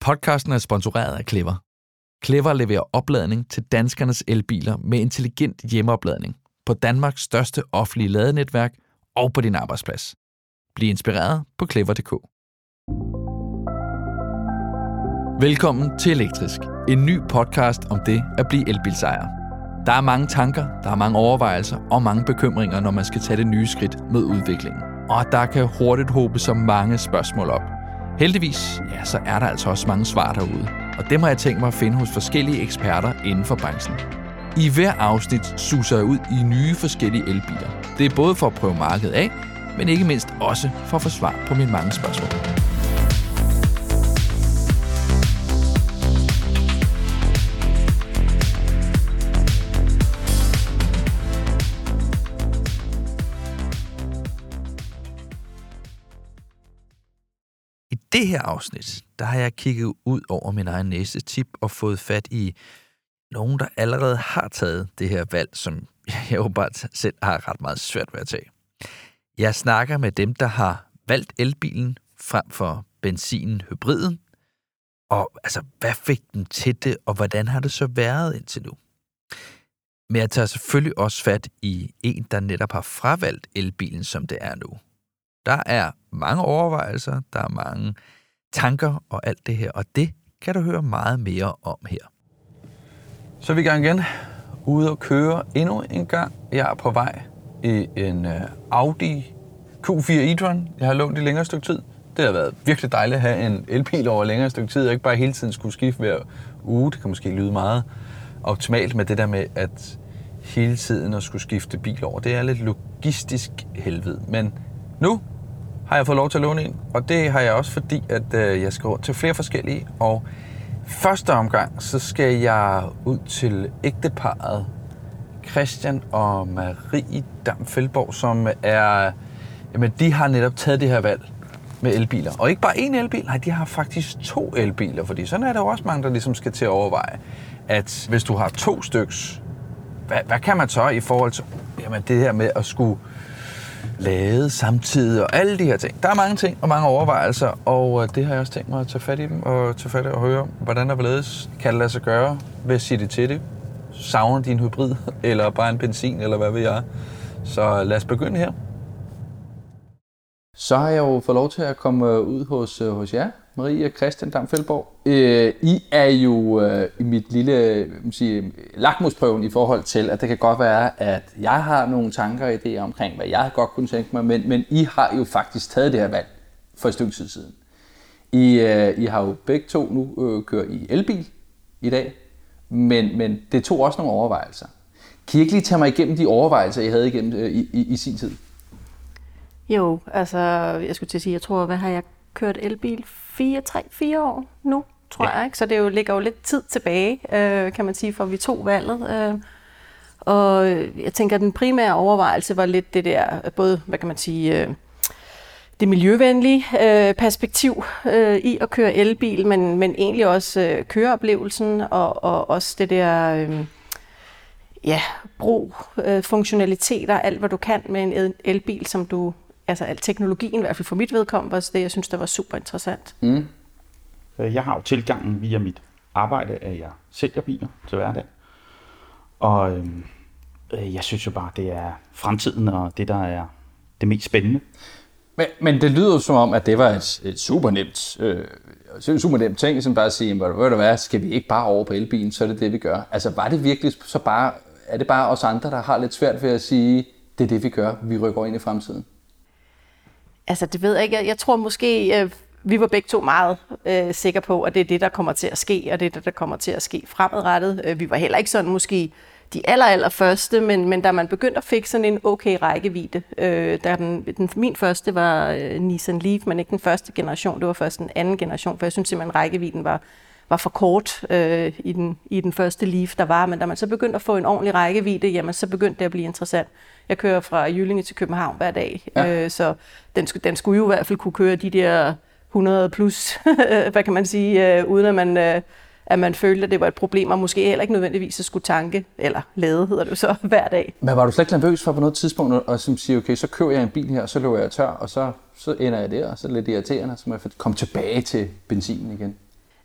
Podcasten er sponsoreret af Clever. Clever leverer opladning til danskernes elbiler med intelligent hjemmeopladning på Danmarks største offentlige ladenetværk og på din arbejdsplads. Bliv inspireret på clever.dk. Velkommen til Elektrisk, en ny podcast om det at blive elbilsejer. Der er mange tanker, der er mange overvejelser og mange bekymringer, når man skal tage det nye skridt med udviklingen. Og der kan hurtigt hobe så mange spørgsmål op. Heldigvis, ja, så er der altså også mange svar derude. Og dem har jeg tænkt mig at finde hos forskellige eksperter inden for branchen. I hver afsnit suser jeg ud i nye forskellige elbiler. Det er både for at prøve markedet af, men ikke mindst også for at få svar på mine mange spørgsmål. I det her afsnit, der har jeg kigget ud over min egen næste tip og fået fat i nogen, der allerede har taget det her valg, som jeg åbenbart selv har ret meget svært ved at tage. Jeg snakker med dem, der har valgt elbilen frem for benzinen, hybriden. Og altså, hvad fik dem til det, og hvordan har det så været indtil nu? Men jeg tager selvfølgelig også fat i en, der netop har fravalgt elbilen, som det er nu. Der er mange overvejelser, der er mange tanker og alt det her, og det kan du høre meget mere om her. Så er vi i gang igen. Ude og køre endnu en gang. Jeg er på vej i en Audi Q4 e-tron. Jeg har lånt i længere stykke tid. Det har været virkelig dejligt at have en elbil over længere stykke tid, og ikke bare hele tiden skulle skifte hver uge. Det kan måske lyde meget optimalt med det der med, at hele tiden at skulle skifte bil over. Det er lidt logistisk helvede, men nu har jeg fået lov til at låne en, og det har jeg også, fordi at jeg skal rundt til flere forskellige, og første omgang, så skal jeg ud til ægteparret Christian og Marie Dam Feldborg, som er, jamen de har netop taget det her valg med elbiler. Og ikke bare én elbil, nej, de har faktisk 2 elbiler, fordi sådan er der jo også mange, der ligesom skal til at overveje, at hvis du har 2 styks, hvad kan man så i forhold til jamen, det her med at skulle lade samtidig og alle de her ting. Der er mange ting og mange overvejelser, og det har jeg også tænkt mig at tage fat i dem og tage fat i og høre, hvordan der vil ledes. Kan det lade sig gøre? Hvad siger det til det? Savner din hybrid? Eller bare en benzin? Eller hvad ved jeg? Så lad os begynde her. Så har jeg jo fået lov til at komme ud hos jer, Marie og Christian Dam Feldborg. I er jo i mit lille lakmusprøven i forhold til, at det kan godt være, at jeg har nogle tanker og idéer omkring, hvad jeg godt kunne tænke mig, men I har jo faktisk taget det her valg for et stykke tid siden. I har jo begge to nu kørt i elbil i dag, men det tog også nogle overvejelser. Kan I ikke lige tage mig igennem de overvejelser, I havde igennem i sin tid? Jo, altså jeg skulle til at sige, jeg tror, hvad har jeg kørt elbil? 4 år nu, tror jeg, ikke? Så det ligger jo lidt tid tilbage, kan man sige, for vi tog valget. Og jeg tænker, at den primære overvejelse var lidt det der, både, hvad kan man sige, det miljøvenlige perspektiv i at køre elbil, men egentlig også køreoplevelsen og også det der, brug, funktionaliteter, alt hvad du kan med en elbil, som du, altså al teknologien, i hvert fald for mit vedkommende, var det, jeg synes, der var super interessant. Mm. Jeg har jo tilgangen via mit arbejde, at jeg sælger biler til hverdag. Og jeg synes jo bare, det er fremtiden og det, der er det mest spændende. Men det lyder jo som om, at det var et super nemt ting, som bare at sige, ved du hvad, skal vi ikke bare over på elbilen, så er det det, vi gør. Altså var det virkelig så bare, er det bare os andre, der har lidt svært ved at sige, det er det, vi gør, vi rykker ind i fremtiden? Altså det ved jeg ikke. Jeg tror måske, vi var begge to meget sikre på, at det er det, der kommer til at ske, og det er det, der kommer til at ske fremadrettet. Vi var heller ikke sådan måske de aller første, men da man begyndte at fikse sådan en okay rækkevidde, min første var Nissan Leaf, men ikke den første generation, det var først den anden generation, for jeg synes simpelthen, rækkevidden var for kort i den første Leaf, der var, men da man så begyndte at få en ordentlig rækkevidde, jamen så begyndte det at blive interessant. Jeg kører fra Jyllinge til København hver dag, så den skulle jo i hvert fald kunne køre de der 100 plus, hvad kan man sige, uden at man følte, at det var et problem, og måske heller ikke nødvendigvis at skulle tanke, eller lade hedder det så, hver dag. Men var du slet ikke nervøs for på noget tidspunkt, og som siger, okay, så kører jeg en bil her, så løber jeg tør, og så ender jeg der, og så er det lidt irriterende, så må jeg komme tilbage til benzinen igen?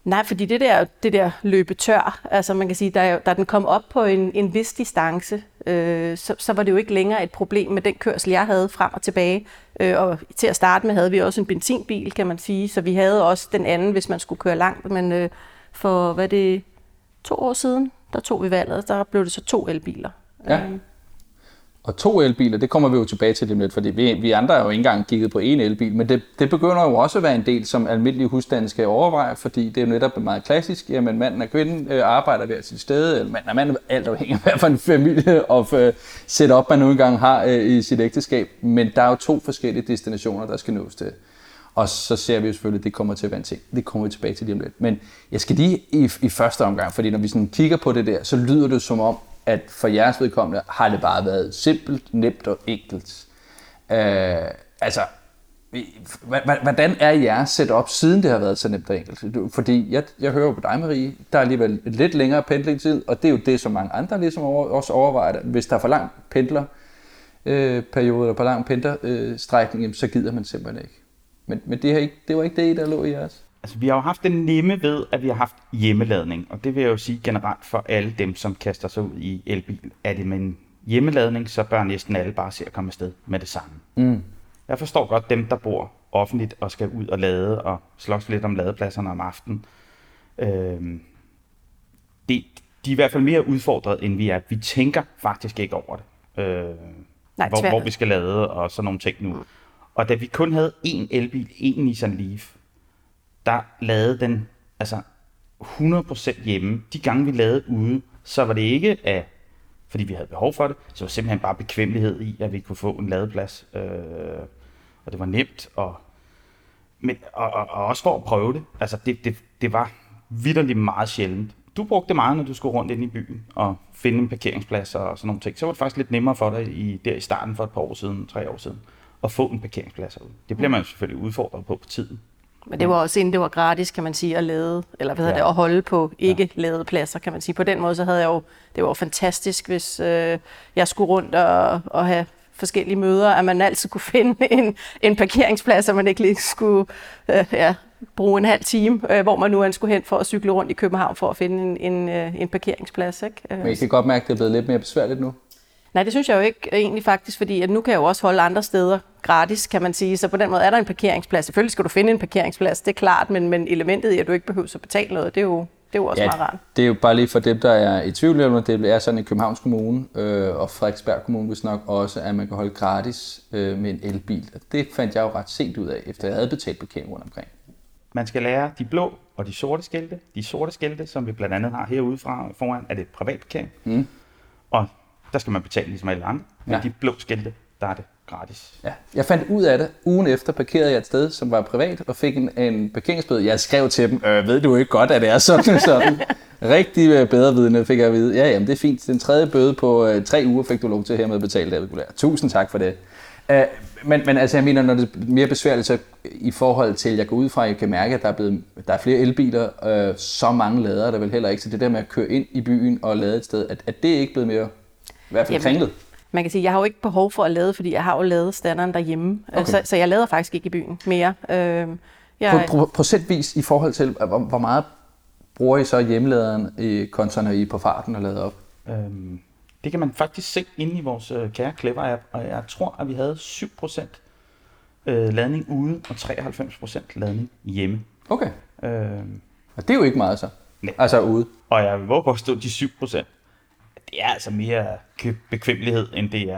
Nej, fordi det der løbe tør, altså man kan sige, da den kom op på en vis distance, så var det jo ikke længere et problem med den kørsel, jeg havde frem og tilbage. Og til at starte med havde vi også en benzinbil, kan man sige, så vi havde også den anden, hvis man skulle køre langt. Men for, 2 år siden, der tog vi valget, der blev det så 2 elbiler. Ja. Og 2 elbiler, det kommer vi jo tilbage til lidt, fordi vi andre er jo ikke engang kigget på 1 elbil, men det begynder jo også at være en del, som almindelige husstande skal overveje, fordi det er jo netop meget klassisk, jamen manden og kvinden arbejder hver sit sted, eller manden og manden, alt afhængig af hvad for en familie og setup man nu engang har i sit ægteskab, men der er jo 2 forskellige destinationer, der skal nås til. Og så ser vi jo selvfølgelig, at det kommer til at være en ting. Det kommer vi tilbage til lige om lidt. Men jeg skal lige i første omgang, fordi når vi sådan kigger på det der, så lyder det som om, at for jeres vedkommende har det bare været simpelt, nemt og enkelt. Hvordan er jeres setup, siden det har været så nemt og enkelt? Fordi jeg hører jo på dig, Marie, der er alligevel lidt længere pendlingstid, og det er jo det, som mange andre ligesom også overvejer. Hvis der er for lang pendlerperiode eller for lang pendlerstrækning, så gider man simpelthen ikke. Men det var ikke det, der lå i jeres? Altså, vi har jo haft det nemme ved, at vi har haft hjemmeladning, og det vil jeg jo sige generelt for alle dem, som kaster sig ud i elbil. Er det med en hjemmeladning, så bør næsten alle bare se at komme afsted med det samme. Mm. Jeg forstår godt dem, der bor offentligt og skal ud og lade og slås lidt om ladepladserne om aftenen. De er i hvert fald mere udfordret, end vi er. Vi tænker faktisk ikke over det. Hvor vi skal lade og sådan nogle ting nu. Og da vi kun havde 1 elbil, 1 Nissan Leaf, der lavede den altså 100% hjemme. De gange vi lavede ude, så var det ikke fordi vi havde behov for det, så var det simpelthen bare bekvemmelighed i, at vi kunne få en ladeplads. Og det var nemt, og også for at prøve det. Altså det var vitterligt meget sjældent. Du brugte det meget, når du skulle rundt ind i byen og finde en parkeringsplads og sådan nogle ting. Så var det faktisk lidt nemmere for dig i starten for et par år siden, 3 år siden, at få en parkeringsplads herude. Det bliver man jo selvfølgelig udfordret på tiden. Men det var også inden det var gratis, kan man sige, at lade, eller hvad hedder det, at holde på ikke ladede pladser, kan man sige. På den måde, så havde jeg jo, det var fantastisk, hvis jeg skulle rundt og have forskellige møder, at man altid kunne finde en parkeringsplads, og man ikke lige skulle bruge en halv time, hvor man nu skulle hen for at cykle rundt i København for at finde en parkeringsplads. Ikke? Men I kan godt mærke, at det er blevet lidt mere besværligt nu? Nej, det synes jeg jo ikke egentlig faktisk, fordi at nu kan jeg jo også holde andre steder gratis, kan man sige. Så på den måde er der en parkeringsplads. Selvfølgelig skal du finde en parkeringsplads, det er klart, men elementet i, at du ikke behøver at betale noget, det er jo også meget rart. Det er jo bare lige for dem, der er i tvivl om, det er sådan i Københavns Kommune og Frederiksberg Kommune, hvis nok også, at man kan holde gratis med en elbil. Det fandt jeg jo ret sent ud af, efter jeg havde betalt parkering rundt omkring. Man skal lære de blå og de sorte skilte. De sorte skilte, som vi blandt andet har herude foran, er det privat parkering. Mm. Og der skal man betale ligesom alle andre. Men de blå skilte, der er det gratis. Ja. Jeg fandt ud af det. Ugen efter parkerede jeg et sted, som var privat, og fik en parkeringsbøde. Jeg skrev til dem, ved du ikke godt, at det er sådan? Rigtig bedrevidende fik jeg at vide. Ja, jamen det er fint. Den 3. bøde på 3 uger fik du lov til hermed at betale det regulært. Tusind tak for det. Men altså, jeg mener, når det er mere besværligt, så i forhold til, jeg går ud fra, at jeg kan mærke, at der er flere elbiler, så mange lader der vel heller ikke. Så det der med at køre ind i byen og lade et sted, at det ikke blevet mere, i hvert fald kringlet. Man kan sige, at jeg har jo ikke behov for at lade, fordi jeg har jo ladet standarden derhjemme. Okay. Så jeg lader faktisk ikke i byen mere. Procentvis i forhold til, hvor meget bruger I så hjemmeladeren kontra når I er på farten og lader op? Det kan man faktisk se inde i vores kære Clever-app, og jeg tror, at vi havde 7% ladning ude og 93% ladning hjemme. Okay. Og det er jo ikke meget så. Nej. Altså ude. Og jeg vil våge påstå, de 7%, det er altså mere bekvemmelighed, end det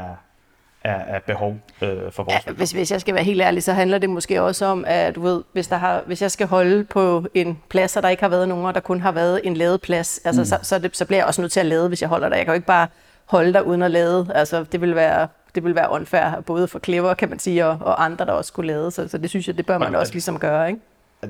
er behov for vores. Hvis jeg skal være helt ærlig, så handler det måske også om, at du ved, hvis jeg skal holde på en plads, der ikke har været nogen, og der kun har været en ladeplads, altså, så bliver jeg også nødt til at lade, hvis jeg holder der. Jeg kan jo ikke bare holde der uden at lade. Altså, det vil være unfair, både for Clever, kan man sige, og andre, der også skulle lade. Så det synes jeg, det bør man også ligesom gøre, ikke?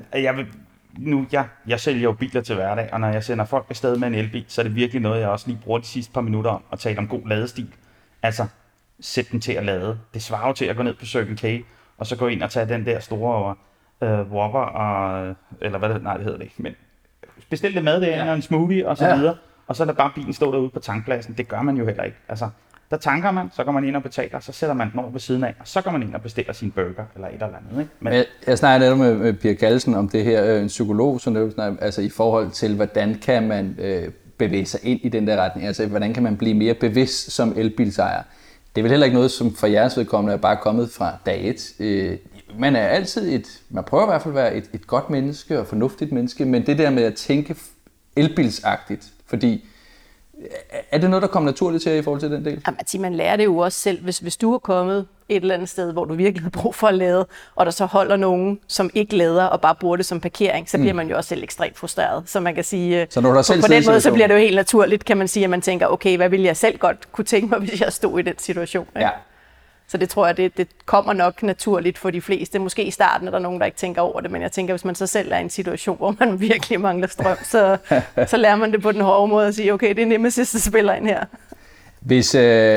Jeg sælger jo biler til hverdag, og når jeg sender folk afsted med en elbil, så er det virkelig noget, jeg også lige bruger de sidste par minutter om at tale om god ladestil. Altså, sæt den til at lade. Det svarer jo til at gå ned på Circle K, og så gå ind og tage den der store Whopper, eller hvad det hedder det ikke, men bestil lidt mad derinde og en smoothie og så videre, og så lader bare bilen stå derude på tankpladsen. Det gør man jo heller ikke. Altså, Der tanker man, så går man ind og betaler, så sætter man den over ved siden af, og så går man ind og bestiller sin burger eller et eller andet. Ikke? Men jeg snakker netop med Pia Kallesen om det her, en psykolog, som netop snakker, altså i forhold til, hvordan kan man bevæge sig ind i den der retning, altså hvordan kan man blive mere bevidst som elbilsejer. Det er vel heller ikke noget, som for jeres vedkommende er bare kommet fra dag et. Man er altid man prøver i hvert fald at være et godt menneske og fornuftigt menneske, men det der med at tænke elbilsagtigt, fordi er det noget, der kommer naturligt til i forhold til den del? Jamen, man lærer det jo også selv, hvis du er kommet et eller andet sted, hvor du virkelig har brug for at lade, og der så holder nogen, som ikke lader og bare bruger det som parkering, så bliver man jo også selv ekstremt frustreret. Så man kan sige, så når du på den måde, så bliver det jo helt naturligt, kan man sige, at man tænker, okay, hvad ville jeg selv godt kunne tænke mig, hvis jeg stod i den situation? Ikke? Ja. Så det tror jeg, det kommer nok naturligt for de fleste. Måske i starten er der nogen, der ikke tænker over det, men jeg tænker, hvis man så selv er i en situation, hvor man virkelig mangler strøm, så lærer man det på den hårde måde at sige, okay, det er Nemesis, der spiller ind her. Hvis,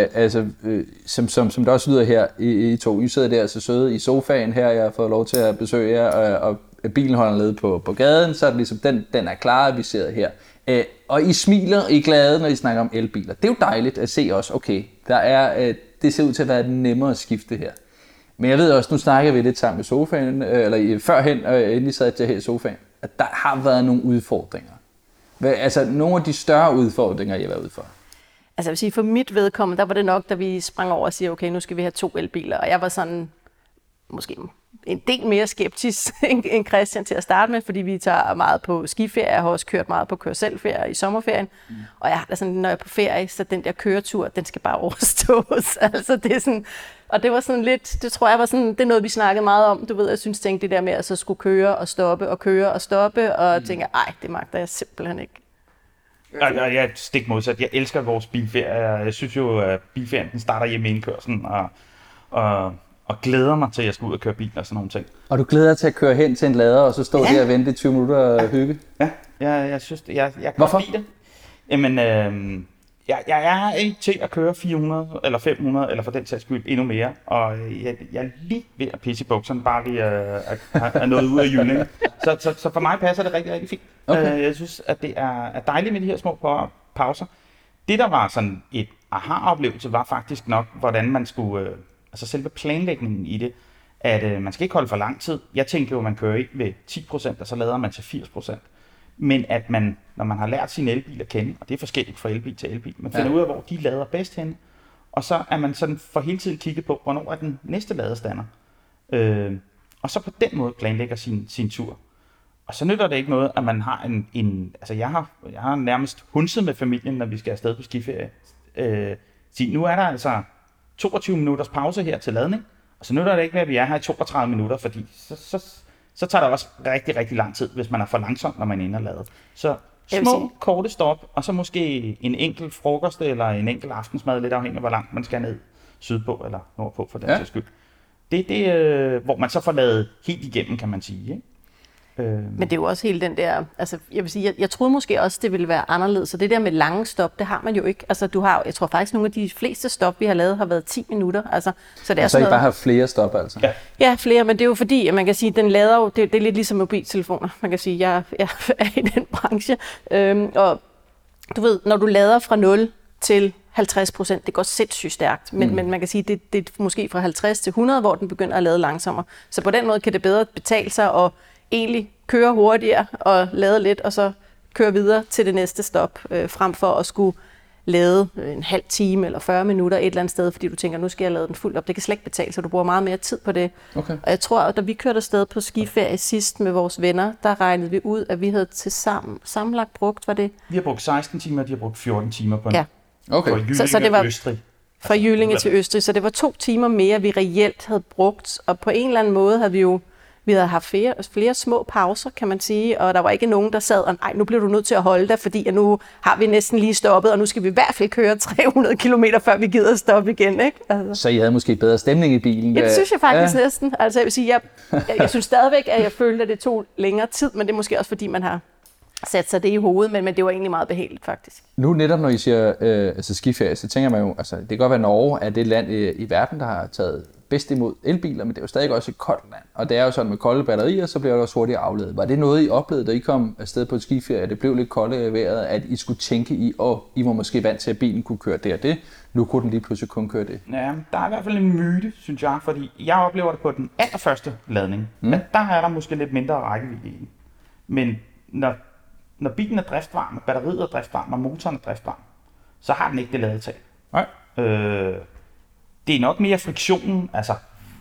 som der også lyder her, I to, I sidder der så søde i sofaen her, jeg har fået lov til at besøge jer, og bilen holder nede på gaden, så er det ligesom, den er klar, vi sidder her. Og I smiler, I er glade, når I snakker om elbiler. Det er jo dejligt at se også, okay, det ser ud til at være nemmere at skifte her. Men jeg ved også, nu snakker vi lidt sammen i sofaen, eller førhen, inden I sad her i sofaen, at der har været nogle udfordringer. Altså nogle af de større udfordringer, I har været ude for. Altså jeg vil sige, for mit vedkommende, der var det nok, da vi sprang over og siger, okay, nu skal vi have 2 elbiler. Og jeg var sådan, måske en del mere skeptisk end Christian til at starte med, fordi vi tager meget på skiferie. Jeg har også kørt meget på kør-selv-ferie i sommerferien. Og jeg har da sådan, når jeg er på ferie, så den der køretur, den skal bare overstås. Altså det er sådan, og det var sådan lidt, det tror jeg var sådan, det er noget, vi snakkede meget om. Du ved, jeg tænkte det der med at så skulle køre og stoppe og køre og stoppe, og tænker, ej, det magter jeg simpelthen ikke. Jeg er stik modsat. Jeg elsker vores bilferie. Jeg synes jo, at bilferien den starter hjemme i indkørslen, og glæder mig til, at jeg skal ud og køre bil og sådan nogle ting. Og du glæder dig til at køre hen til en lader, og så stå der og vente i 20 minutter og hygge? Ja, jeg synes det. Jeg kan godt lide det. Jamen, jeg er ikke til at køre 400 eller 500, eller for den sags skyld endnu mere. Og jeg er lige ved at pisse i bukserne, bare lige at noget ud af Jylland. Så for mig passer det rigtig, rigtig fint. Okay. Jeg synes, at det er dejligt med de her små pauser. Det, der var sådan et aha-oplevelse, var faktisk nok, hvordan man skulle... Altså selve planlægningen i det, at man skal ikke holde for lang tid. Jeg tænkte jo, at man kører ikke ved 10%, og så lader man til 80%. Men at man, når man har lært sin elbil at kende, og det er forskelligt fra elbil til elbil, man finder ud af, hvor de lader bedst henne, og så er man sådan for hele tiden kigget på, hvornår er den næste ladestander. Og så på den måde planlægger sin tur. Og så nytter det ikke noget, at man har altså jeg har nærmest hundset med familien, når vi skal afsted på skiferie. Nu er der altså 22 minutters pause her til ladning, og så nytter det ikke med, at vi er her i 32 minutter, fordi så tager det også rigtig, rigtig lang tid, hvis man er for langsom, når man er inde og lader. Så små, korte stop, og så måske en enkelt frokost eller en enkelt aftensmad, lidt afhængig af, hvor langt man skal ned sydpå eller nordpå for den sags skyld. Det er hvor man så får ladet helt igennem, kan man sige, ikke? Men det er jo også helt den der, altså jeg vil sige, jeg troede måske også, det ville være anderledes, så det der med lange stop, det har man jo ikke. Altså jeg tror faktisk, nogle af de fleste stop, vi har lavet, har været 10 minutter. Altså, så det er sådan noget... I bare har flere stop, altså? Ja, flere, men det er jo fordi, at man kan sige, den lader jo, det er lidt ligesom mobiltelefoner. Man kan sige, jeg er i den branche, og du ved, når du lader fra 0 til 50%, det går sindssygt stærkt, men man kan sige, det er måske fra 50 til 100, hvor den begynder at lade langsommere. Så på den måde kan det bedre betale sig og egentlig køre hurtigere og lade lidt, og så køre videre til det næste stop, frem for at skulle lade en halv time eller 40 minutter et eller andet sted, fordi du tænker, nu skal jeg lade den fuldt op. Det kan slet ikke betale, så du bruger meget mere tid på det. Okay. Og jeg tror, at da vi kørte afsted på skiferie sidst med vores venner, der regnede vi ud, at vi havde sammenlagt brugt, var det? Vi har brugt 16 timer, de har brugt 14 timer på en. Okay. Fra Jyllinge så det var Østrig. Fra Jyllinge til Østrig, så det var 2 timer mere, vi reelt havde brugt, og på en eller anden måde havde vi havde haft flere små pauser, kan man sige, og der var ikke nogen, der sad og, nej, nu bliver du nødt til at holde dig, fordi nu har vi næsten lige stoppet, og nu skal vi i hvert fald køre 300 kilometer, før vi gider at stoppe igen, ikke? Altså. Så I havde måske bedre stemning i bilen? Ja, det synes jeg faktisk næsten. Altså jeg vil sige, jeg synes stadigvæk, at jeg følte, at det tog længere tid, men det er måske også, fordi man har satte sig det i hovedet, men det var egentlig meget behageligt faktisk. Nu netop, når I siger skiferie, så tænker man jo, altså det kan godt være, Norge er det land i verden, der har taget bedst imod elbiler, men det er jo stadig også et koldt land. Og det er jo sådan med kolde batterier, så bliver det også hurtigt afledet. Var det noget, I oplevede, da I kom afsted på et skiferie, at det blev lidt koldt i vejret, at I skulle tænke i, I var måske vant til, at bilen kunne køre det og det, nu kunne den lige pludselig kun køre det? Ja, der er i hvert fald en myte, synes jeg, fordi jeg oplever det på den allerførste ladning. At der er der måske lidt mindre rækkevidde i den. Men når bilen er driftvarm, batteriet er driftvarm, og motoren er driftvarm, så har den ikke det ladetag. Nej. Det er nok mere friktionen, altså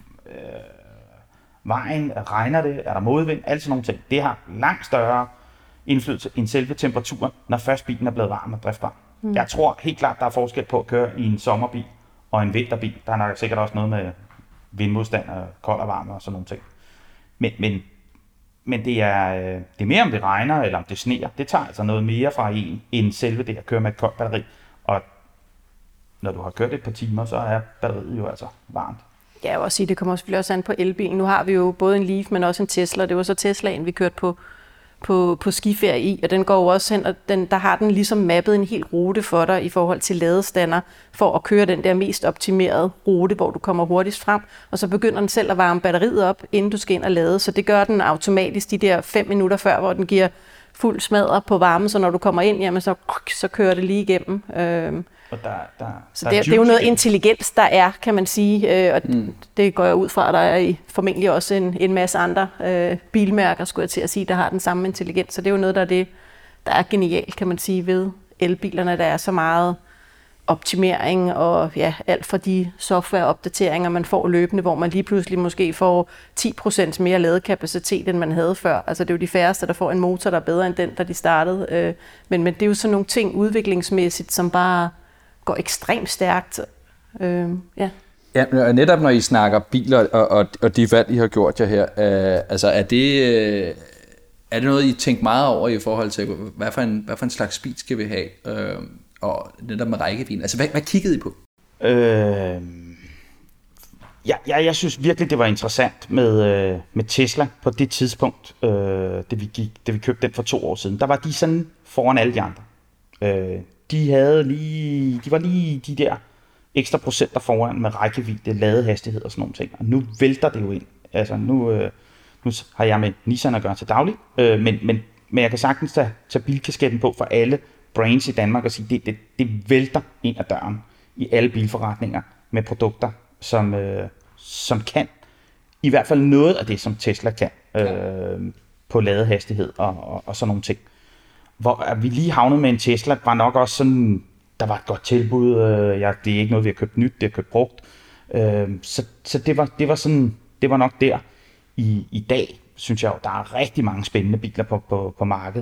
vejen, regner det, er der modvind, alt sådan nogle ting. Det har langt større indflydelse end selve temperaturen, når først bilen er blevet varm og driftvarm. Jeg tror helt klart, der er forskel på at køre i en sommerbil og en vinterbil. Der er nok sikkert også noget med vindmodstand og kold og varme og sådan nogle ting. Men det er mere, om det regner eller om det sneer. Det tager altså noget mere fra en, end selve det at køre med et koldt batteri. Og når du har kørt et par timer, så er batteriet jo altså varmt. Ja, jeg vil også sige, det kommer selvfølgelig også an på elbilen. Nu har vi jo både en Leaf, men også en Tesla. Det var så Teslaen, vi kørte på skiferie i, og den går jo også hen, og der har den ligesom mappet en hel rute for dig i forhold til ladestander, for at køre den der mest optimerede rute, hvor du kommer hurtigst frem, og så begynder den selv at varme batteriet op, inden du skal ind og lade, så det gør den automatisk de der 5 minutter før, hvor den giver fuld smadre på varme, så når du kommer ind, jamen så kører det lige igennem. Og så det er jo noget intelligens, der er, kan man sige, og det går jeg ud fra, at der er formentlig også en masse andre bilmærker, skulle jeg til at sige, der har den samme intelligens. Så det er jo noget, der er genialt, kan man sige, ved elbilerne, der er så meget optimering og ja, alt fra de softwareopdateringer, man får løbende, hvor man lige pludselig måske får 10% mere ladekapacitet, end man havde før. Altså det er jo de færreste, der får en motor, der er bedre end den, da de startede. Men det er jo sådan nogle ting udviklingsmæssigt, som bare går ekstremt stærkt. Ja. Ja, og netop når I snakker biler og de valg, I har gjort jer her, altså er det noget, I tænker meget over i forhold til, hvad for en slags bil skal vi have, og netop med rækkevidden? Altså hvad kiggede I på? Jeg synes virkelig, det var interessant med Tesla på det tidspunkt, da vi købte den for 2 år siden. Der var de sådan foran alle de andre. De var lige de der ekstra procenter foran med rækkevidde, ladehastighed og sådan nogle ting. Og nu vælter det jo ind. Altså nu har jeg med Nissan at gøre til daglig, men jeg kan sagtens tage bilkasketten på for alle brands i Danmark og sige, det vælter ind ad døren i alle bilforretninger med produkter, som kan i hvert fald noget af det, som Tesla kan på ladehastighed og sådan nogle ting. Hvor vi lige havnede med en Tesla, var nok også sådan, der var et godt tilbud. Det er ikke noget, vi har købt nyt, det er købt brugt. Så det var nok der. I dag synes jeg jo, der er rigtig mange spændende biler på markedet.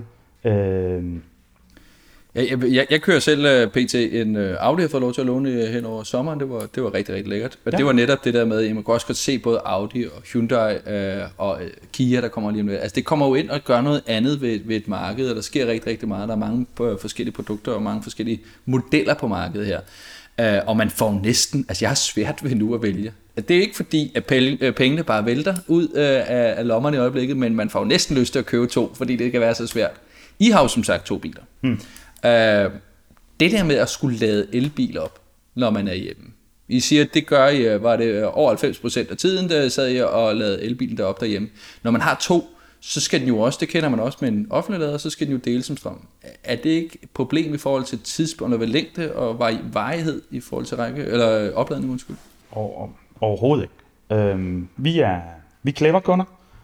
Jeg kører selv pt. En Audi, jeg har fået lov til at låne hen over sommeren. Det var rigtig, rigtig lækkert. Og det var netop det der med, at man kan også godt se både Audi og Hyundai og Kia, der kommer lige med. Altså det kommer jo ind og gør noget andet ved et marked, og der sker rigtig, rigtig meget. Der er mange forskellige produkter og mange forskellige modeller på markedet her. Og man får næsten, altså jeg har svært ved nu at vælge. Det er ikke fordi, at pengene bare vælter ud af lommerne i øjeblikket, men man får næsten lyst til at købe 2, fordi det kan være så svært. I har jo som sagt 2 biler. Det der med at skulle lade elbil op, når man er hjemme. I siger, at det gør I, var det over 90% af tiden, der sad jeg og lavede elbilen derop derhjemme. Når man har 2, så skal den jo også, det kender man også med en offentlig lader, så skal den jo deles som strøm. Er det ikke et problem i forhold til tidspunkt og længde og varighed i forhold til eller opladning, undskyld? Overhovedet ikke. Vi er clever kunder,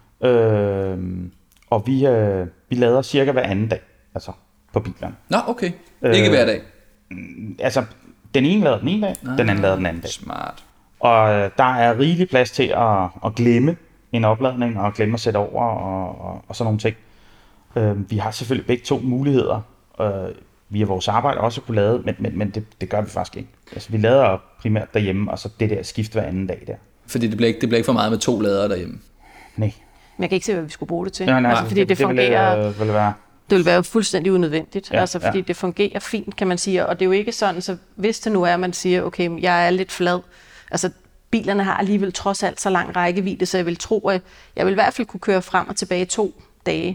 og vi lader cirka hver anden dag, altså på bilerne. Nå, okay. Ikke hver dag? Altså, den ene lader den ene dag, den anden lader den anden dag. Smart. Og der er rigelig plads til at glemme en opladning og glemme at sætte over og sådan nogle ting. Vi har selvfølgelig begge 2 muligheder via vores arbejde også at kunne lade, men det gør vi faktisk ikke. Altså, vi lader primært derhjemme, og så det der skift hver anden dag der. Fordi det bliver ikke for meget med 2 ladere derhjemme? Nej. Men jeg kan ikke se, hvad vi skulle bruge det til. Nej, fordi det fungerer. Det vil være fuldstændig unødvendigt, ja, altså fordi det fungerer fint, kan man sige, og det er jo ikke sådan, så hvis det nu er, at man siger, okay, jeg er lidt flad, altså bilerne har alligevel trods alt så lang rækkevidde, så jeg vil tro, at jeg vil i hvert fald kunne køre frem og tilbage 2 dage,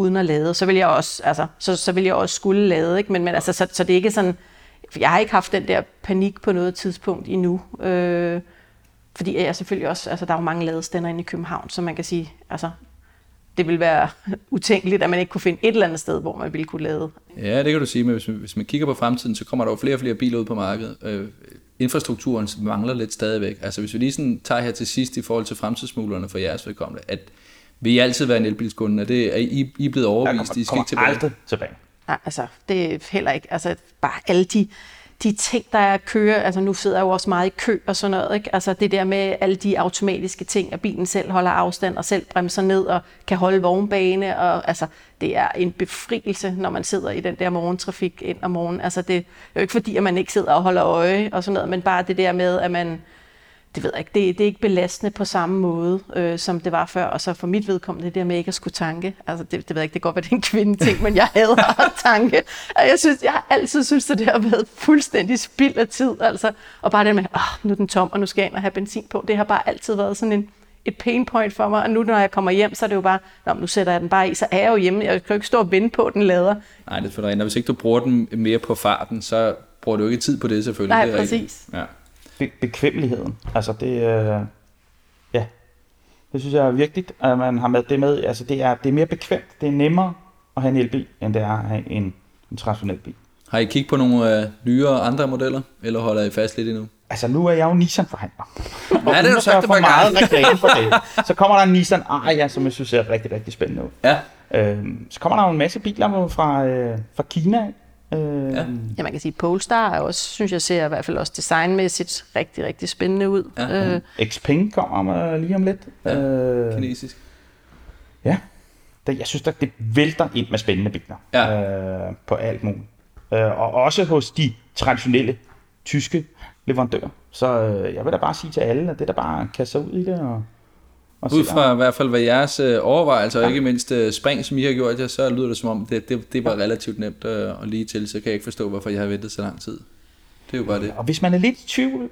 uden at lade. Så vil jeg også, altså, så vil jeg også skulle lade, ikke? Men altså, så det er ikke sådan, jeg har ikke haft den der panik på noget tidspunkt endnu. Fordi jeg selvfølgelig også, altså der er jo mange ladestænder inde i København, så man kan sige, altså det vil være utænkeligt, at man ikke kunne finde et eller andet sted, hvor man ville kunne lade. Ja, det kan du sige, men hvis man kigger på fremtiden, så kommer der jo flere og flere biler ud på markedet. Infrastrukturen mangler lidt stadigvæk. Altså hvis vi lige sådan tager her til sidst i forhold til fremtidssmuglerne for jeres vedkommende, at vil I altid være en elbilskunde? Er I blevet overbevist? Jeg kommer aldrig tilbage. Nej, altså det er heller ikke. Altså bare alle de ting, der kører, altså nu sidder jeg jo også meget i kø og sådan noget, ikke? Altså det der med alle de automatiske ting, at bilen selv holder afstand og selv bremser ned og kan holde vognbane, og altså det er en befrielse, når man sidder i den der morgentrafik ind om morgenen. Altså det er jo ikke fordi, at man ikke sidder og holder øje og sådan noget, men bare det der med, at man, det ved jeg ikke, det er ikke belastende på samme måde, som det var før, og så for mit vedkommende det der med ikke at skulle tanke, altså det ved jeg ikke, det kan godt være, det er en kvindeting, men jeg hader at tanke, og jeg har altid synes, at det har været fuldstændig spild af tid, altså, og bare det med, nu er den tom, og nu skal jeg ind og have benzin på, det har bare altid været sådan et pain point for mig, og nu når jeg kommer hjem, så er det jo bare, nu sætter jeg den bare i, så er jeg jo hjemme, jeg kan jo ikke stå og vente på, at den lader. Nej, det er for dig, hvis ikke du bruger den mere på farten, så bruger du ikke tid på det selvfølgelig. Nej, det er præcis. Ja. Bekvemmeligheden. Altså det, det synes jeg er vigtigt, at man har med det med. Altså det er mere bekvemt. Det er nemmere at have en elbil, end det er at have en traditionel bil. Har I kigget på nogle nyere andre modeller, eller holder I fast lidt endnu? Altså nu er jeg jo Nissan-forhandler. Ja, det har du sagt, det var meget reklame for det. Så kommer der en Nissan Ariya, som jeg synes er rigtig, rigtig spændende ud. Ja. Så kommer der jo en masse biler fra Kina. Ja, man kan sige, Polestar er også, synes jeg ser i hvert fald også designmæssigt rigtig, rigtig spændende ud. Ja. Xpeng kommer lige om lidt. Ja, kinesisk. Ja, jeg synes at det vælter ind med spændende biler på alt muligt. Og også hos de traditionelle tyske leverandører. Så jeg vil da bare sige til alle, at det der bare kaster ud i det. Og ud fra i hvert fald, hvad jeres overvejelser, og ikke mindst spring, som I har gjort, så lyder det som om, det var relativt nemt at lige til, så kan jeg ikke forstå, hvorfor jeg har ventet så lang tid. Det er jo bare det. Og hvis man er lidt i tvivl,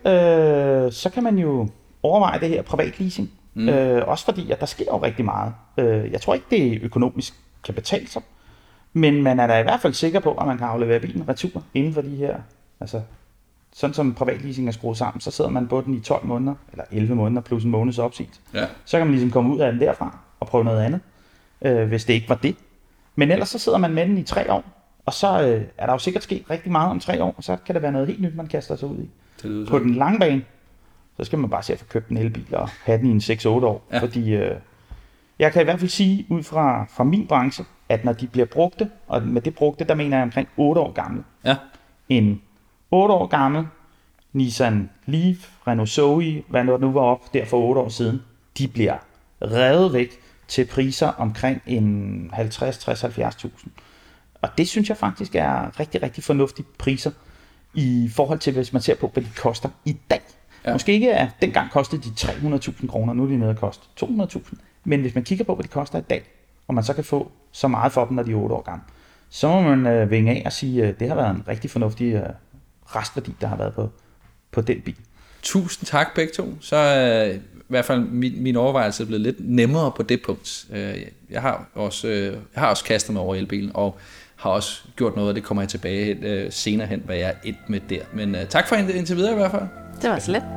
så kan man jo overveje det her privatleasing. Også fordi, at der sker jo rigtig meget. Jeg tror ikke, det økonomisk kan betale sig, men man er da i hvert fald sikker på, at man kan aflevere bilen retur inden for de her, altså sådan som privatleasing er skruet sammen, så sidder man på den i 12 måneder, eller 11 måneder plus en måneds opsigelse. Ja. Så kan man ligesom komme ud af den derfra og prøve noget andet, hvis det ikke var det. Men ellers så sidder man med den i 3 år, og så er der jo sikkert sket rigtig meget om 3 år, og så kan det være noget helt nyt, man kaster sig ud i. På den lange bane, så skal man bare se at få købt en elbil og have den i en 6-8 år. Ja. Fordi jeg kan i hvert fald sige ud fra min branche, at når de bliver brugte, og med det brugte, der mener jeg omkring 8 år gamle. Ja. En 8 år gammel Nissan Leaf, Renault Zoe, hvad nu var op der for 8 år siden, de bliver revet væk til priser omkring en 50, 60, 70.000. Og det synes jeg faktisk er rigtig, rigtig fornuftige priser i forhold til, hvis man ser på, hvad de koster i dag. Ja. Måske ikke, at dengang kostede de 300.000 kroner, nu er de nede og koste 200.000. Men hvis man kigger på, hvad de koster i dag, og man så kan få så meget for dem, når de er 8 år gamle, så må man vinge af og sige, at det har været en rigtig fornuftig restværdi, der har været på den bil. Tusind tak begge to. Så i hvert fald min overvejelse er blevet lidt nemmere på det punkt. Jeg har også kastet mig over elbilen, og har også gjort noget, og det kommer jeg tilbage senere hen, hvad jeg er et med der. Men tak for indtil videre i hvert fald. Det var så let.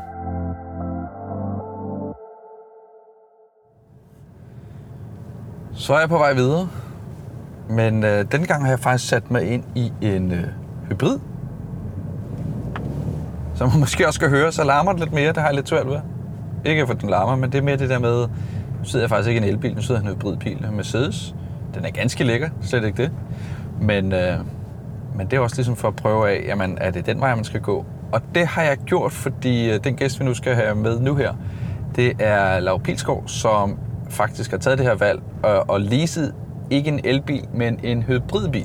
Så er jeg på vej videre, men denne gang har jeg faktisk sat mig ind i en hybrid. Som man måske også skal høre, så larmer det lidt mere, det har jeg lidt svært ved. Ikke for den larmer, men det er mere det der med, nu sidder jeg faktisk ikke i en elbil, nu sidder jeg i en hybridbil, en Mercedes. Den er ganske lækker, slet ikke det. Men det er også ligesom for at prøve af, jamen er det den vej, man skal gå? Og det har jeg gjort, fordi den gæst, vi nu skal have med nu her, det er Laura Pilskov, som faktisk har taget det her valg og leaset ikke en elbil, men en hybridbil.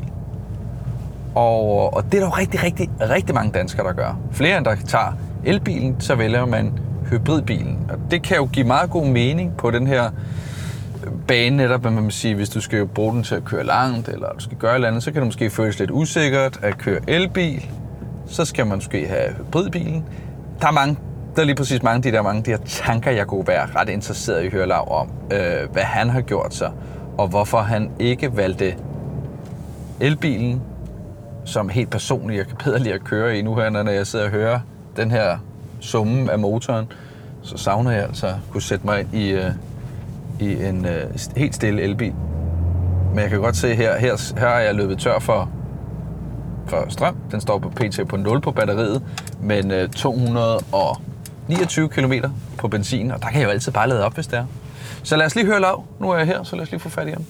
Og det er der jo rigtig mange danskere, der gør. Flere end der tager elbilen, så vælger man hybridbilen. Og det kan jo give meget god mening på den her bane, netop, hvad man vil sige, hvis du skal bruge den til at køre langt, eller du skal gøre et eller andet, så kan det måske føles lidt usikkert at køre elbil. Så skal man måske have hybridbilen. Der er lige præcis mange af de her tanker, jeg kunne være ret interesseret i at høre Laura om, hvad han har gjort sig. og hvorfor han ikke valgte elbilen, som helt personligt jeg kan bedre lide at køre i nu her, når jeg sidder og hører den her summen af motoren, så savner jeg altså at kunne sætte mig ind i en helt stille elbil. Men jeg kan godt se her er jeg løbet tør for strøm. Den står på PT på 0 på batteriet, men 229 km på benzin, og der kan jeg jo altid bare lade op, hvis det er. Så lad os lige høre Lav. Nu er jeg her, så lad os lige få fat i ham.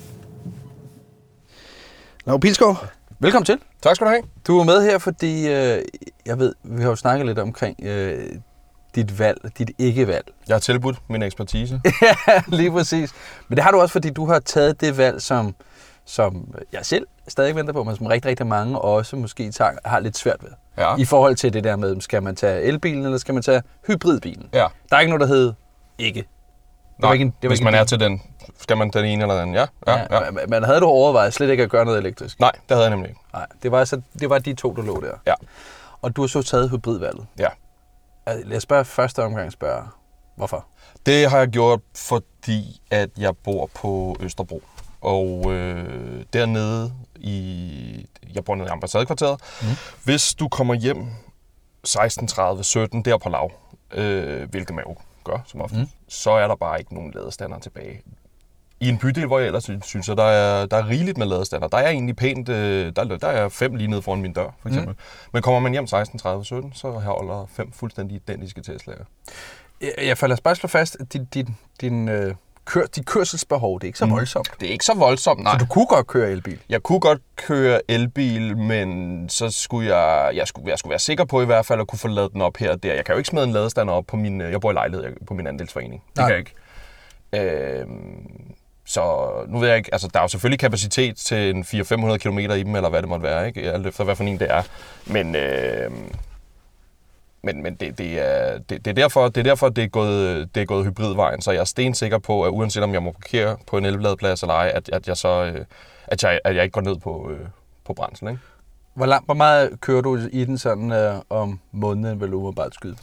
Lav Pilskov, velkommen til. Tak skal du have. Du er med her, fordi jeg ved, vi har jo snakket lidt omkring dit valg, dit ikke-valg. Jeg har tilbudt min ekspertise. Ja, lige præcis. Men det har du også, fordi du har taget det valg, som jeg selv stadig venter på, men som rigtig, rigtig mange også måske har lidt svært ved. Ja. I forhold til det der med, skal man tage elbilen, eller skal man tage hybridbilen? Ja. Der er ikke noget, der hedder ikke. Hvis man er til den, skal man den ene eller den, ja. Men havde du overvejet slet ikke at gøre noget elektrisk? Nej, det havde jeg nemlig ikke. Nej, det var de to, der lå der. Ja. Og du har så taget hybridvalget. Ja. Lad os første omgang spørge, hvorfor? Det har jeg gjort, fordi at jeg bor på Østerbro. Og dernede jeg bor nede i Ambassadekvarteret. Hvis du kommer hjem 16:30-17 der på Lav, hvilket man jo gør som ofte, så er der bare ikke nogen ladestander tilbage. I en bydel, hvor jeg ellers synes, at der er rigeligt med ladestander. Der er egentlig pænt, der er 5 lige nede foran min dør, for eksempel. Men kommer man hjem 16:30-17, så holder 5 fuldstændig identiske Tesla'er. Jeg lad os bare slå fast, at dit kørselsbehov, det er ikke så voldsomt. Det er ikke så voldsomt, nej. Så du kunne godt køre elbil? Jeg kunne godt køre elbil, men så skulle jeg skulle være sikker på i hvert fald at kunne få ladet den op her og der. Jeg kan jo ikke smide en ladestander op på jeg bor i lejlighed på min andelsforening. Det kan jeg ikke. Så nu ved jeg ikke, altså der er jo selvfølgelig kapacitet til en 400-500 km i dem, eller hvad det måtte være, ikke? Alt efter hvad for en det er. Men det er derfor, det er gået hybridvejen, så jeg er stensikker på, at uanset om jeg må parkere på en elladplads eller ej, at jeg ikke går ned på brændsel, ikke? Hvor meget kører du i den sådan om måneden, vil du bare skyde på?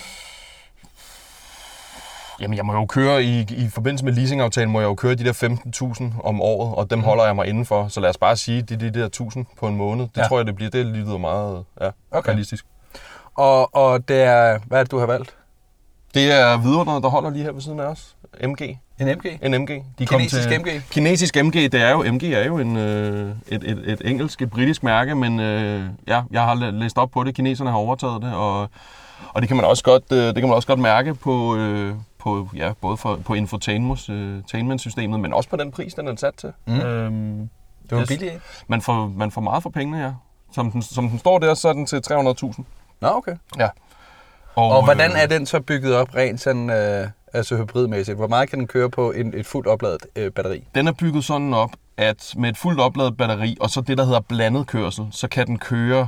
Jamen, jeg må jo køre i forbindelse med leasingaftalen, må jeg jo køre de der 15.000 om året, og dem holder jeg mig indenfor. Så lad os bare sige, det er de der 1.000 på en måned. Det tror jeg, det lyder meget realistisk. Og det er, hvad er det, du har valgt? Det er vidunderet, der holder lige her ved siden af os. MG. En MG? En MG. Kinesisk MG? Kinesisk MG, MG er jo et engelsk, et britisk mærke, men jeg har læst op på det. Kineserne har overtaget det, og det kan man også godt mærke på både på infotainment-systemet, men også på den pris, den er sat til. Det var billigt, ikke? Man får meget for pengene, ja. Som den står der, så er den til 300.000. Nå, okay. Ja. Og hvordan er den så bygget op rent sådan, altså hybridmæssigt? Hvor meget kan den køre på et fuldt opladet batteri? Den er bygget sådan op, at med et fuldt opladet batteri, og så det, der hedder blandet kørsel, så kan den køre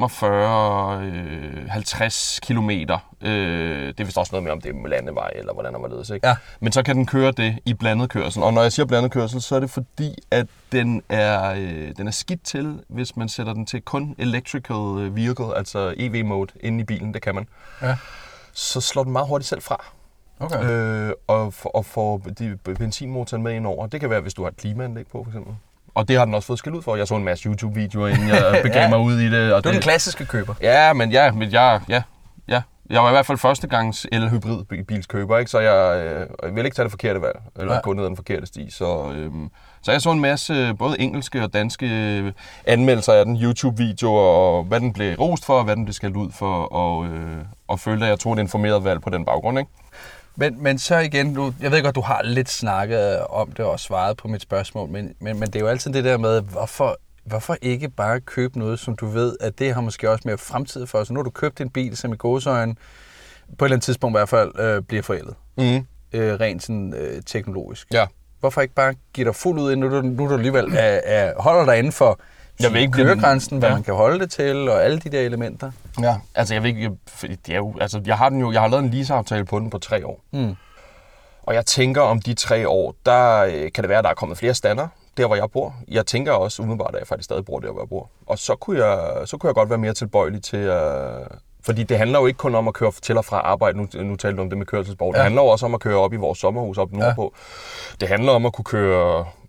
45-50 kilometer. Det er vist også noget med, om det er landevej, eller hvordan der ledes, ikke? Ja. Men så kan den køre det i blandet kørsel. Og når jeg siger blandet kørsel, så er det fordi, at den er skidt til, hvis man sætter den til kun electrical vehicle, altså EV-mode, inde i bilen. Det kan man. Ja. Så slår den meget hurtigt selv fra. Okay. Og får benzinmotoren med ind over. Det kan være, hvis du har et klimaanlæg på, for eksempel. Og det har den også fået skæld ud for. Jeg så en masse YouTube-videoer, inden jeg begav mig ud i det. Og du er den klassiske køber. Ja, men jeg var i hvert fald førstegangs el-hybridbilskøber, ikke? Så jeg vil ikke tage det forkerte valg, eller gå ned ad den forkerte sti. Så jeg så en masse både engelske og danske anmeldelser af den, YouTube-videoer, og hvad den blev rost for, og hvad den blev skældt ud for, og følte, at jeg tog et informeret valg på den baggrund, ikke? Men så igen, jeg ved godt, du har lidt snakket om det og svaret på mit spørgsmål, men det er jo altid det der med, hvorfor ikke bare købe noget, som du ved, at det har måske også mere fremtid for os. Så nu har du købt en bil, som i gåseøjne på et eller andet tidspunkt i hvert fald bliver forældet. Rent sådan teknologisk. Ja. Hvorfor ikke bare give dig fuldt ud ind, nu du alligevel holder dig inden for køregrænsen, hvad man kan holde det til, og alle de der elementer? Ja, altså jeg ved ikke, det er jo, altså jeg har lavet en leaseaftale på den på 3 år. Og jeg tænker om de 3 år, der kan det være, at der er kommet flere stander, der hvor jeg bor. Jeg tænker også umiddelbart, at jeg faktisk stadig bor der, hvor jeg bor. Og så kunne jeg godt være mere tilbøjelig til at... Fordi det handler jo ikke kun om at køre til og fra arbejde, nu talte du om det med kørselsborg. Det handler jo også om at køre op i vores sommerhus op nordpå. Det handler om at kunne køre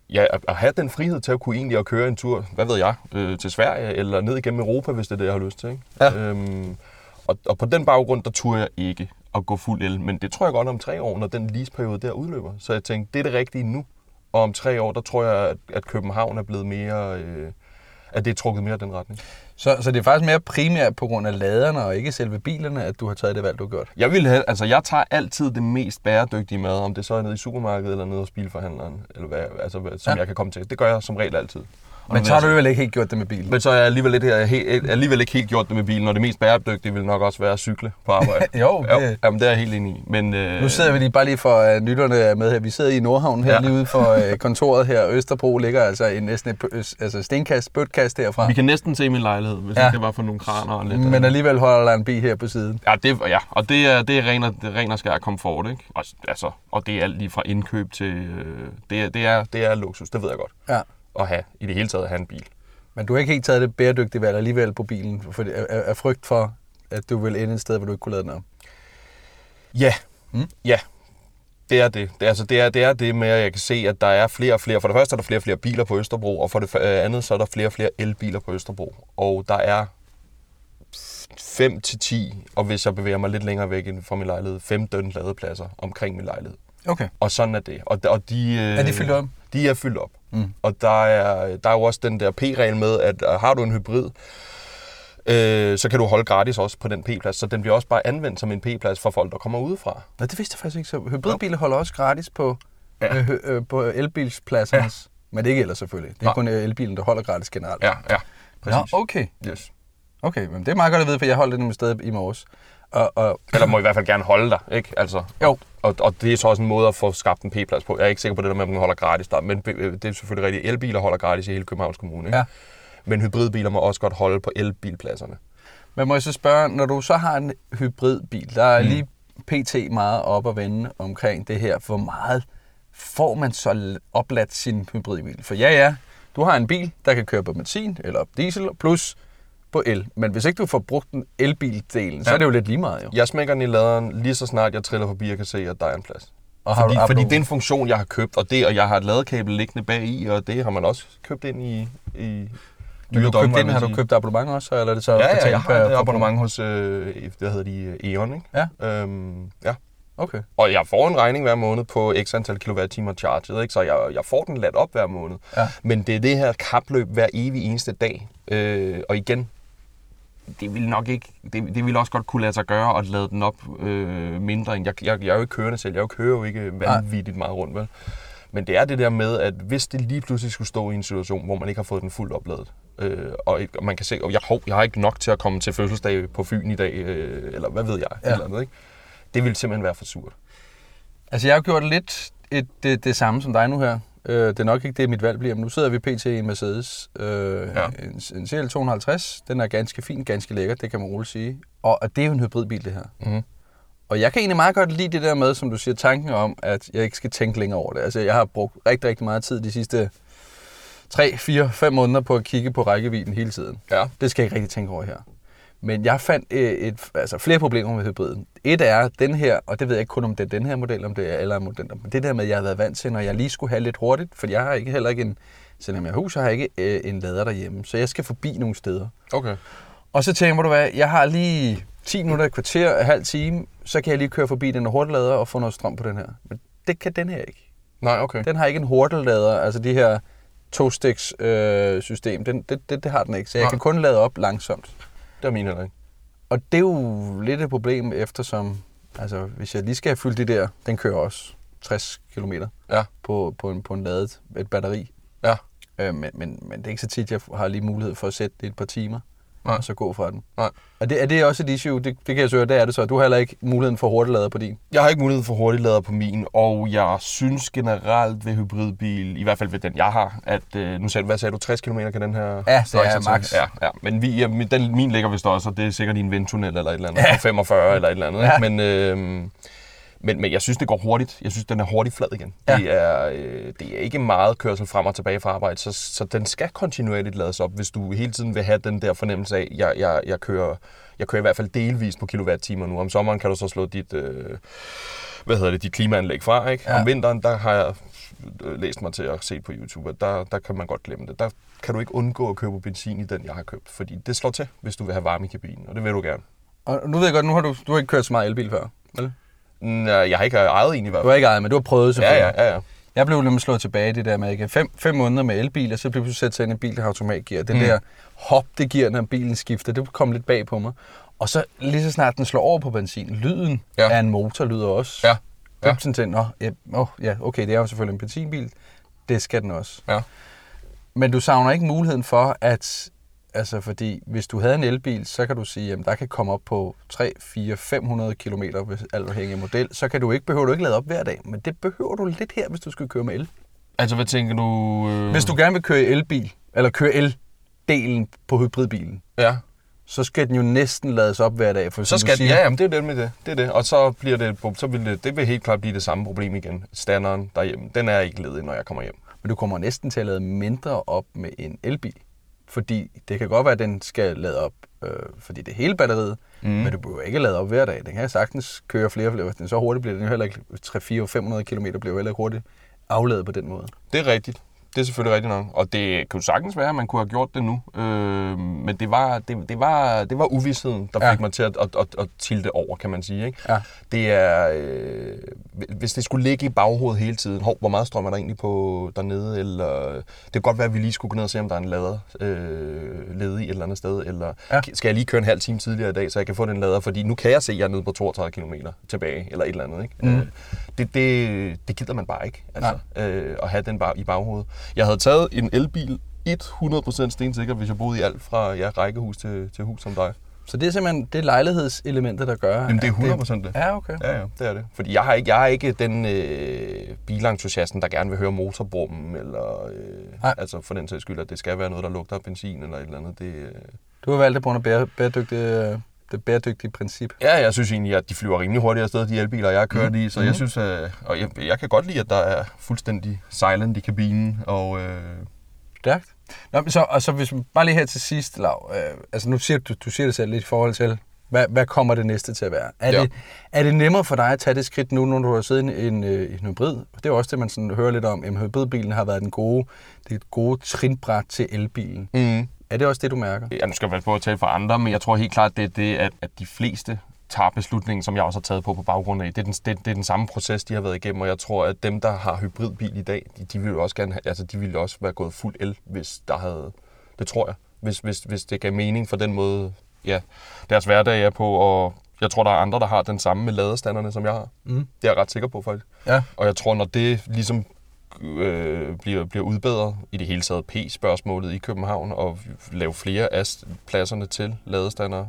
at have den frihed til at kunne egentlig at køre en tur, hvad ved jeg, til Sverige eller ned igennem Europa, hvis det er det, jeg har lyst til. Ikke? Ja. Og på den baggrund, der turde jeg ikke at gå fuld el. Men det tror jeg godt om 3 år, når den leaseperiode der udløber. Så jeg tænkte, det er det rigtige nu. Og om 3 år, der tror jeg, at København er blevet mere... at det er trukket mere i den retning. Så det er faktisk mere primært på grund af laderne og ikke selve bilerne, at du har taget det valg, du har gjort? Jeg tager altid det mest bæredygtige mad, om det så er nede i supermarkedet eller nede hos bilforhandleren, eller hvad, som jeg kan komme til. Det gør jeg som regel altid. Men så har du vel ikke helt gjort det med bilen? Men så er jeg alligevel ikke helt gjort det med bilen, og det mest bæredygtige vil nok også være at cykle på arbejde. Jamen, det er jeg helt enig i. Men, nu sidder vi lige bare lige for nytterne er med her. Vi sidder i Nordhavn her lige ude for kontoret her. Østerbro ligger altså næsten et stenkast, bøtkast herfra. Vi kan næsten se min lejlighed, hvis ikke det var for nogle kraner og lidt. Men alligevel holder der en bil her på siden. Og det er ren og skær komfort, ikke? Og det er alt lige fra indkøb til... Det er luksus, det ved jeg godt. Ja. At have, i det hele taget at have en bil. Men du har ikke helt taget det bæredygtige valg alligevel på bilen, af frygt for, at du vil ende et sted, hvor du ikke kunne lade den op? Ja. Ja. Det er det. Det er det med, at jeg kan se, at der er flere og flere. For det første er der flere og flere biler på Østerbro, og for det andet så er der flere og flere elbiler på Østerbro. Og der er 5-10, og hvis jeg bevæger mig lidt længere væk fra min lejlighed, 15 ladepladser omkring min lejlighed. Okay. Og sådan er det. Og de, er de fyldt op? De er fyldt op. Og der er jo også den der P-regel med, at har du en hybrid, så kan du holde gratis også på den P-plads. Så den bliver også bare anvendt som en P-plads for folk, der kommer udefra. Nej, det vidste jeg faktisk ikke. Så hybridbiler holder også gratis på elbilspladserne. Ja. Men det er ikke ellers selvfølgelig. Det er kun elbilen, der holder gratis generelt. Ja, præcis. Ja, okay. Yes. Okay, men det er meget godt at vide, for jeg holdt det nogle steder i morges. Eller må i hvert fald gerne holde dig, ikke? Altså, jo. Og det er så også en måde at få skabt en P-plads på. Jeg er ikke sikker på det der med, at man holder gratis der, men det er selvfølgelig rigtigt. Elbiler holder gratis i hele Københavns Kommune, ikke? Ja. Men hybridbiler må også godt holde på elbilpladserne. Men må jeg så spørge, når du så har en hybridbil, der er lige pt. Meget op at vende omkring det her, hvor meget får man så opladt sin hybridbil? For du har en bil, der kan køre på benzin eller diesel, plus på el. Men hvis ikke du får brugt den elbildelen, så er det jo lidt lige meget, jo. Jeg smækker den i laderen lige så snart jeg triller forbi og kan se, at der er en plads. Fordi det er en funktion, jeg har købt, og jeg har et ladekabel liggende bag i, og det har man også købt ind i Har du købt abonnement også, eller er det så? Ja, jeg har et abonnement hos, det hedder de E.ON, ikke? Ja. Ja. Okay. Og jeg får en regning hver måned på x antal kilowattimer charget, ikke? Så jeg får den ladt op hver måned. Ja. Men det er det her kapløb hver evig eneste dag. Og igen, det vil også godt kunne lade sig gøre at lade den op mindre end... Jeg er jo ikke kørende selv, jeg kører jo ikke vanvittigt meget rundt, vel? Men det er det der med, at hvis det lige pludselig skulle stå i en situation, hvor man ikke har fået den fuldt opladet, og man kan se, at jeg har ikke nok til at komme til fødselsdag på Fyn i dag, eller hvad ved jeg, eller noget, ikke? Det ville simpelthen være for surt. Altså, jeg har gjort lidt det samme som dig nu her. Det er nok ikke det, mit valg bliver, men nu sidder vi pt. I en Mercedes. En CL 250, den er ganske fin, ganske lækker, det kan man roligt sige. Og det er jo en hybridbil, det her. Mm-hmm. Og jeg kan egentlig meget godt lide det der med, som du siger, tanken om, at jeg ikke skal tænke længere over det. Altså, jeg har brugt rigtig, rigtig meget tid de sidste 3, 4, 5 måneder på at kigge på rækkevidden hele tiden. Ja. Det skal jeg ikke rigtig tænke over her. Men jeg fandt flere problemer med hybriden. Et er den her, og det ved jeg ikke kun om det er den her model, om det er eller modeller, men det der med, at jeg har været vant til, når jeg lige skulle have lidt hurtigt, for jeg har heller ikke selvom jeg har hus, har jeg ikke en lader derhjemme, så jeg skal forbi nogle steder. Okay. Og så tænker du hvad, jeg har lige 10 minutter, et kvarter, en halv time, så kan jeg lige køre forbi den hurtiglader og få noget strøm på den her. Men det kan den her ikke. Nej, okay. Den har ikke en hurtiglader, altså de her 2-stiks system, det har den ikke, så jeg kan kun lade op langsomt. Det er min heller ikke. Og det er jo lidt et problem, eftersom, altså hvis jeg lige skal have fyldt det der, den kører også 60 km på en ladet, et batteri. Ja. Men det er ikke så tit, jeg har lige mulighed for at sætte det et par timer. Nej. Og så gå fra den. Nej. Er det også et issue? Det kan jeg søge, det er det så. Du har heller ikke muligheden for hurtiglader på din? Jeg har ikke mulighed for hurtiglader på min, og jeg synes generelt ved hybridbil, i hvert fald ved den jeg har, at nu sagde du, hvad sagde du, 60 km kan den her? Ja, det er max. Ja. Men min ligger vist også, og det er sikkert i en vindtunnel eller et eller andet, 45 eller et eller andet. Ja. Men jeg synes, det går hurtigt. Jeg synes, den er hurtigt flad igen. Ja. Det er ikke meget kørsel frem og tilbage fra arbejde, så den skal kontinuerligt lades op, hvis du hele tiden vil have den der fornemmelse af, jeg kører i hvert fald delvist på kilowatt-timer nu. Om sommeren kan du så slå dit klimaanlæg fra, ikke? Ja. Om vinteren, der har jeg læst mig til at se på YouTube, at der kan man godt glemme det. Der kan du ikke undgå at købe benzin i den, jeg har købt, fordi det slår til, hvis du vil have varme i kabinen, og det vil du gerne. Og nu ved jeg godt, nu har du ikke kørt så meget elbil før, vel? Nej, jeg har ikke ejet en i hvert fald. Du har ikke ejet, men du har prøvet selvfølgelig. Ja. Jeg blev nemlig slået tilbage i det der med, ikke? 5 måneder med elbil, og så blev du sat ind i en bil, der har automatgear. Det der hop, det giver, når bilen skifter, det kom lidt bag på mig. Og så lige så snart den slår over på benzin, lyden af en motor lyder også. Ja. Okay, det er jo selvfølgelig en benzinbil. Det skal den også. Ja. Men du savner ikke muligheden for, at... Altså, fordi hvis du havde en elbil, så kan du sige, at der kan komme op på 3, 4, 500 kilometer, hvis alt afhængig af model. Så behøver du ikke lade op hver dag. Men det behøver du lidt her, hvis du skal køre med el. Altså, hvad tænker du? Hvis du gerne vil køre elbil, eller køre el-delen på hybridbilen, så skal den jo næsten lades op hver dag. For, så skal den, jamen det er det med det. Det er det. Og så bliver det vil helt klart blive det samme problem igen. Standarden derhjemme, den er ikke ledig, når jeg kommer hjem. Men du kommer næsten til at lade mindre op med en elbil. Fordi det kan godt være, at den skal lade op, fordi det er hele batteriet, men du behøver ikke lade op hver dag. Den kan sagtens køre flere. Så hurtigt bliver den jo heller ikke 300-500 km bliver jo heller ikke hurtigt afladet på den måde. Det er rigtigt. Det er selvfølgelig rigtigt nok. Og det kunne sagtens være, at man kunne have gjort det nu. Men det var uvisheden, der fik mig til at tilte over, kan man sige. Ikke? Ja. Det er... hvis det skulle ligge i baghovedet hele tiden, hvor meget strøm er der egentlig på dernede? Eller, det kan godt være, at vi lige skulle gå ned og se, om der er en lader ledig et eller andet sted. Eller skal jeg lige køre en halv time tidligere i dag, så jeg kan få den lader? Fordi nu kan jeg se, at jeg er nede på 32 km tilbage, eller et eller andet. Ikke? Det gider man bare ikke, altså, at have den bare i baghovedet. Jeg havde taget en elbil 100% stensikker, hvis jeg boede i alt fra rækkehus til hus som dig. Så det er simpelthen det lejlighedselementet, der gør... Jamen, det er 100% det. Ja, okay. Ja, det er det. Fordi jeg er ikke den bilentusiasten, der gerne vil høre motorbrummen, eller altså for den sags skyld, at det skal være noget, der lugter af benzin eller et eller andet. Du har valgt det på grund af det bæredygtige princip. Ja, jeg synes egentlig, at de flyver rimelig hurtigt afsted, de elbiler, jeg har kørt i. Så jeg synes, og jeg kan godt lide, at der er fuldstændig silent i kabinen. Og, stærkt. Nå, så hvis man bare lige her til sidst, Lau, altså nu siger du siger det selv lidt i forhold til, hvad kommer det næste til at være? Er det nemmere for dig at tage det skridt nu, når du har siddet i en hybrid? Det er også det, man sådan hører lidt om. At hybridbilen har været det gode trinbræt til elbilen. Er det også det, du mærker? Ja, nu skal jeg vel på at tale for andre, men jeg tror helt klart, det er det, at de fleste tager beslutningen, som jeg også har taget på baggrund af. Det er den samme proces, de har været igennem, og jeg tror, at dem, der har hybridbil i dag, de vil jo også gerne de ville også være gået fuld el, hvis der havde... Det tror jeg. Hvis det gav mening for den måde, deres hverdag er på, og jeg tror, der er andre, der har den samme med ladestanderne, som jeg har. Det er jeg ret sikker på, faktisk. Ja. Og jeg tror, når det ligesom bliver udbedret i det hele taget P-spørgsmålet i København og lave flere af pladserne til ladestander,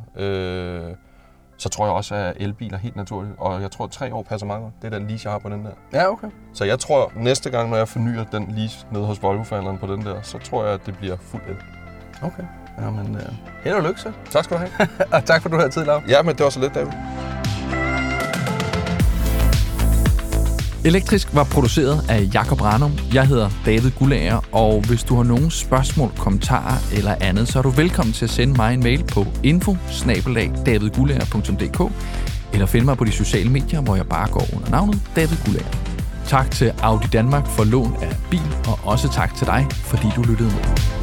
så tror jeg også, at elbiler helt naturligt. Og jeg tror, 3 år passer meget godt. Det er den lease, jeg har på den der. Ja, okay. Så jeg tror, næste gang, når jeg fornyer den lease nede hos Volvo-forhandleren på den der, så tror jeg, at det bliver fuld el. Okay. Jamen, held og lykke så. Tak skal du have. Og tak for, at du havde tid, Lau. Ja, men det var så lidt, David. Elektrisk var produceret af Jakob Ranum. Jeg hedder David Guldager, og hvis du har nogle spørgsmål, kommentarer eller andet, så er du velkommen til at sende mig en mail på info@davidguldager.dk eller finde mig på de sociale medier, hvor jeg bare går under navnet David Guldager. Tak til Audi Danmark for lån af bil, og også tak til dig, fordi du lyttede med.